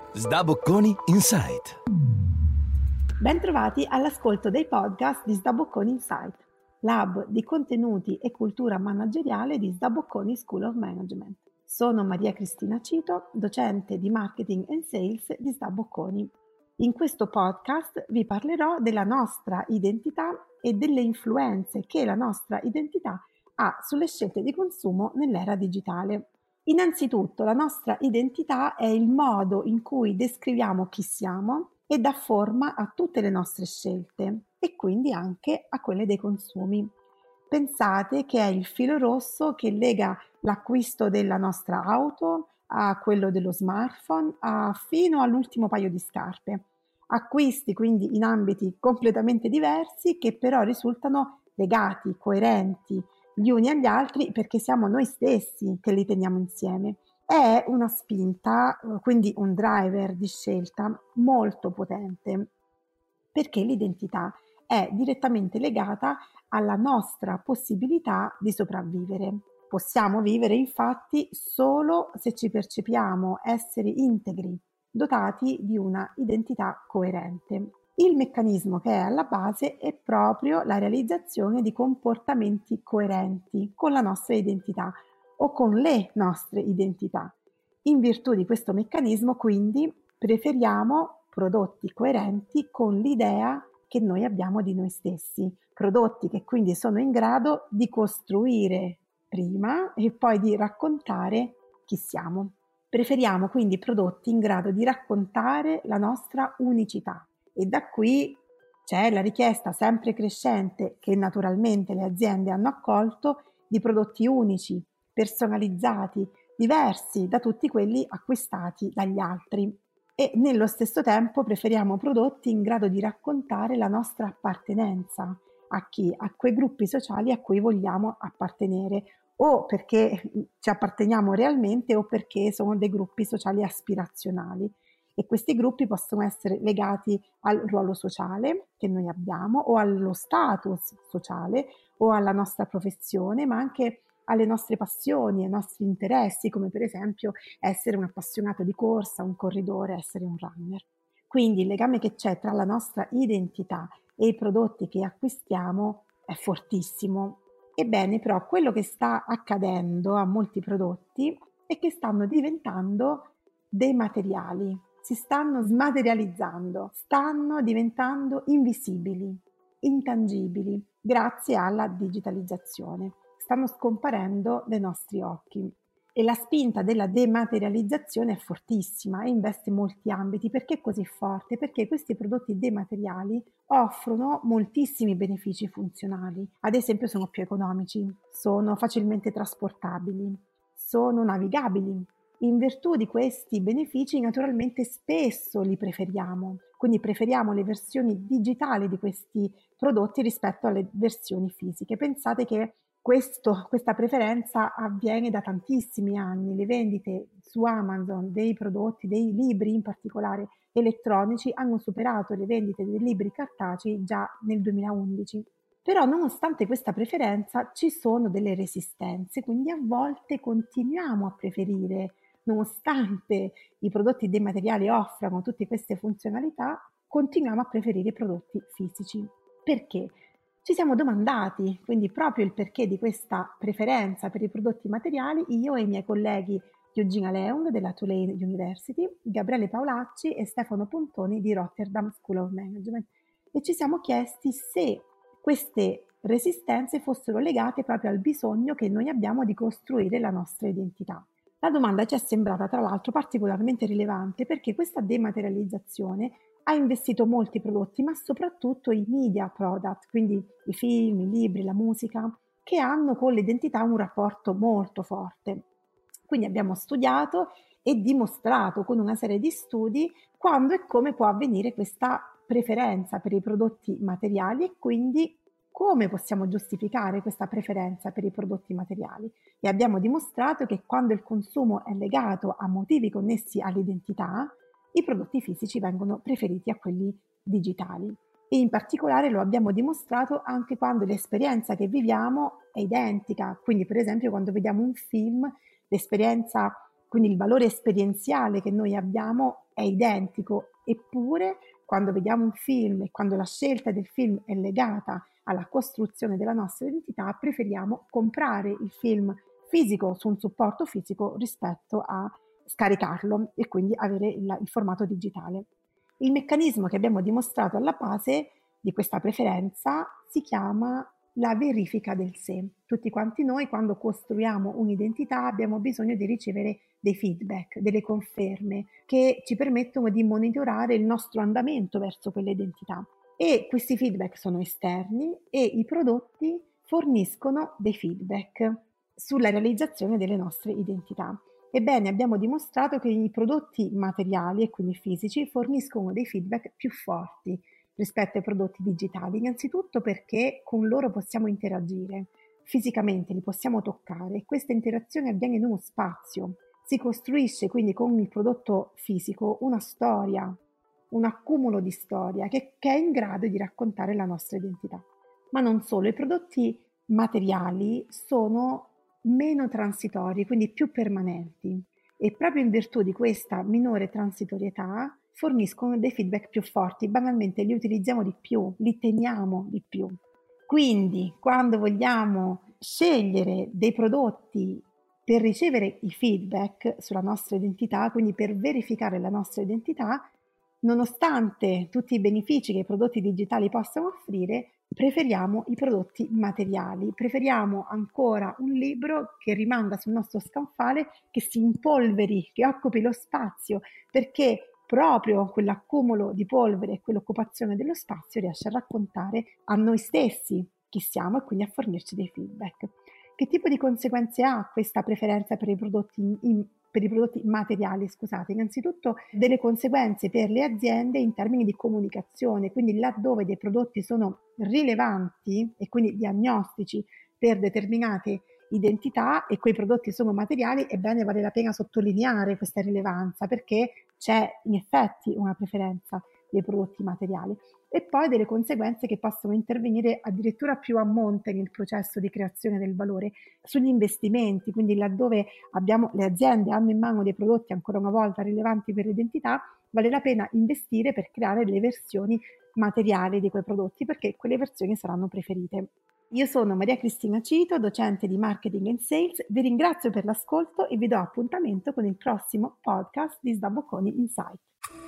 Sdabocconi Insight. Bentrovati all'ascolto dei podcast di Sdabocconi Insight, l'hub di contenuti e cultura manageriale di Sdabocconi School of Management. Sono Maria Cristina Cito, docente di Marketing and Sales di Sdabocconi. In questo podcast vi parlerò della nostra identità e delle influenze che la nostra identità ha sulle scelte di consumo nell'era digitale. Innanzitutto, la nostra identità è il modo in cui descriviamo chi siamo e dà forma a tutte le nostre scelte e quindi anche a quelle dei consumi. Pensate che è il filo rosso che lega l'acquisto della nostra auto a quello dello smartphone, fino all'ultimo paio di scarpe. Acquisti quindi in ambiti completamente diversi che però risultano legati, coerenti gli uni agli altri perché siamo noi stessi che li teniamo insieme. È una spinta, quindi un driver di scelta molto potente, perché l'identità è direttamente legata alla nostra possibilità di sopravvivere. Possiamo vivere infatti solo se ci percepiamo esseri integri, dotati di una identità coerente. Il meccanismo che è alla base è proprio la realizzazione di comportamenti coerenti con la nostra identità o con le nostre identità. In virtù di questo meccanismo, quindi, preferiamo prodotti coerenti con l'idea che noi abbiamo di noi stessi, prodotti che quindi sono in grado di costruire prima e poi di raccontare chi siamo. Preferiamo quindi prodotti in grado di raccontare la nostra unicità. E da qui c'è la richiesta sempre crescente, che naturalmente le aziende hanno accolto, di prodotti unici, personalizzati, diversi da tutti quelli acquistati dagli altri. E nello stesso tempo preferiamo prodotti in grado di raccontare la nostra appartenenza a chi? A quei gruppi sociali a cui vogliamo appartenere, o perché ci apparteniamo realmente o perché sono dei gruppi sociali aspirazionali. E questi gruppi possono essere legati al ruolo sociale che noi abbiamo o allo status sociale o alla nostra professione, ma anche alle nostre passioni, ai nostri interessi, come per esempio essere un appassionato di corsa, un corridore, essere un runner. Quindi il legame che c'è tra la nostra identità e i prodotti che acquistiamo è fortissimo. Ebbene, però, quello che sta accadendo a molti prodotti è che stanno diventando dei materiali, si stanno smaterializzando, stanno diventando invisibili, intangibili, grazie alla digitalizzazione. Stanno scomparendo dai nostri occhi. E la spinta della dematerializzazione è fortissima e investe molti ambiti. Perché è così forte? Perché questi prodotti demateriali offrono moltissimi benefici funzionali. Ad esempio sono più economici, sono facilmente trasportabili, sono navigabili. In virtù di questi benefici naturalmente spesso li preferiamo, quindi preferiamo le versioni digitali di questi prodotti rispetto alle versioni fisiche. Pensate che questa preferenza avviene da tantissimi anni. Le vendite su Amazon dei prodotti, dei libri in particolare elettronici, hanno superato le vendite dei libri cartacei già nel 2011. Però nonostante questa preferenza ci sono delle resistenze, quindi a volte continuiamo a preferire, nonostante i prodotti demateriali offrano tutte queste funzionalità, continuiamo a preferire i prodotti fisici. Perché? Ci siamo domandati, quindi proprio il perché di questa preferenza per i prodotti materiali, io e i miei colleghi Eugenia Leung della Tulane University, Gabriele Paolacci e Stefano Pontoni di Rotterdam School of Management, e ci siamo chiesti se queste resistenze fossero legate proprio al bisogno che noi abbiamo di costruire la nostra identità. La domanda ci è sembrata tra l'altro particolarmente rilevante perché questa dematerializzazione ha investito molti prodotti, ma soprattutto i media product, quindi i film, i libri, la musica, che hanno con l'identità un rapporto molto forte. Quindi abbiamo studiato e dimostrato con una serie di studi quando e come può avvenire questa preferenza per i prodotti materiali e quindi come possiamo giustificare questa preferenza per i prodotti materiali. E abbiamo dimostrato che quando il consumo è legato a motivi connessi all'identità, i prodotti fisici vengono preferiti a quelli digitali. E in particolare lo abbiamo dimostrato anche quando l'esperienza che viviamo è identica. Quindi per esempio quando vediamo un film, l'esperienza quindi il valore esperienziale che noi abbiamo è identico, eppure quando vediamo un film e quando la scelta del film è legata alla costruzione della nostra identità, preferiamo comprare il film fisico su un supporto fisico rispetto a scaricarlo e quindi avere il formato digitale. Il meccanismo che abbiamo dimostrato alla base di questa preferenza si chiama la verifica del sé. Tutti quanti noi, quando costruiamo un'identità, abbiamo bisogno di ricevere dei feedback, delle conferme che ci permettono di monitorare il nostro andamento verso quell'identità. E questi feedback sono esterni e i prodotti forniscono dei feedback sulla realizzazione delle nostre identità. Ebbene, abbiamo dimostrato che i prodotti materiali e quindi fisici forniscono dei feedback più forti rispetto ai prodotti digitali, innanzitutto perché con loro possiamo interagire fisicamente, li possiamo toccare e questa interazione avviene in uno spazio. Si costruisce quindi con il prodotto fisico una storia, un accumulo di storia che è in grado di raccontare la nostra identità. Ma non solo, i prodotti materiali sono meno transitori, quindi più permanenti e proprio in virtù di questa minore transitorietà forniscono dei feedback più forti, banalmente li utilizziamo di più, li teniamo di più. Quindi quando vogliamo scegliere dei prodotti per ricevere i feedback sulla nostra identità, quindi per verificare la nostra identità, nonostante tutti i benefici che i prodotti digitali possono offrire, preferiamo i prodotti materiali, preferiamo ancora un libro che rimanga sul nostro scaffale, che si impolveri, che occupi lo spazio, perché proprio quell'accumulo di polvere e quell'occupazione dello spazio riesce a raccontare a noi stessi chi siamo e quindi a fornirci dei feedback. Che tipo di conseguenze ha questa preferenza per i prodotti materiali, scusate? Innanzitutto delle conseguenze per le aziende in termini di comunicazione, quindi laddove dei prodotti sono rilevanti e quindi diagnostici per determinate identità e quei prodotti sono materiali, ebbene vale la pena sottolineare questa rilevanza perché c'è in effetti una preferenza dei prodotti materiali e poi delle conseguenze che possono intervenire addirittura più a monte nel processo di creazione del valore sugli investimenti, quindi laddove le aziende hanno in mano dei prodotti ancora una volta rilevanti per l'identità, vale la pena investire per creare delle versioni materiali di quei prodotti perché quelle versioni saranno preferite. Io sono Maria Cristina Cito, docente di Marketing and Sales, vi ringrazio per l'ascolto e vi do appuntamento con il prossimo podcast di Sdabocconi Insight.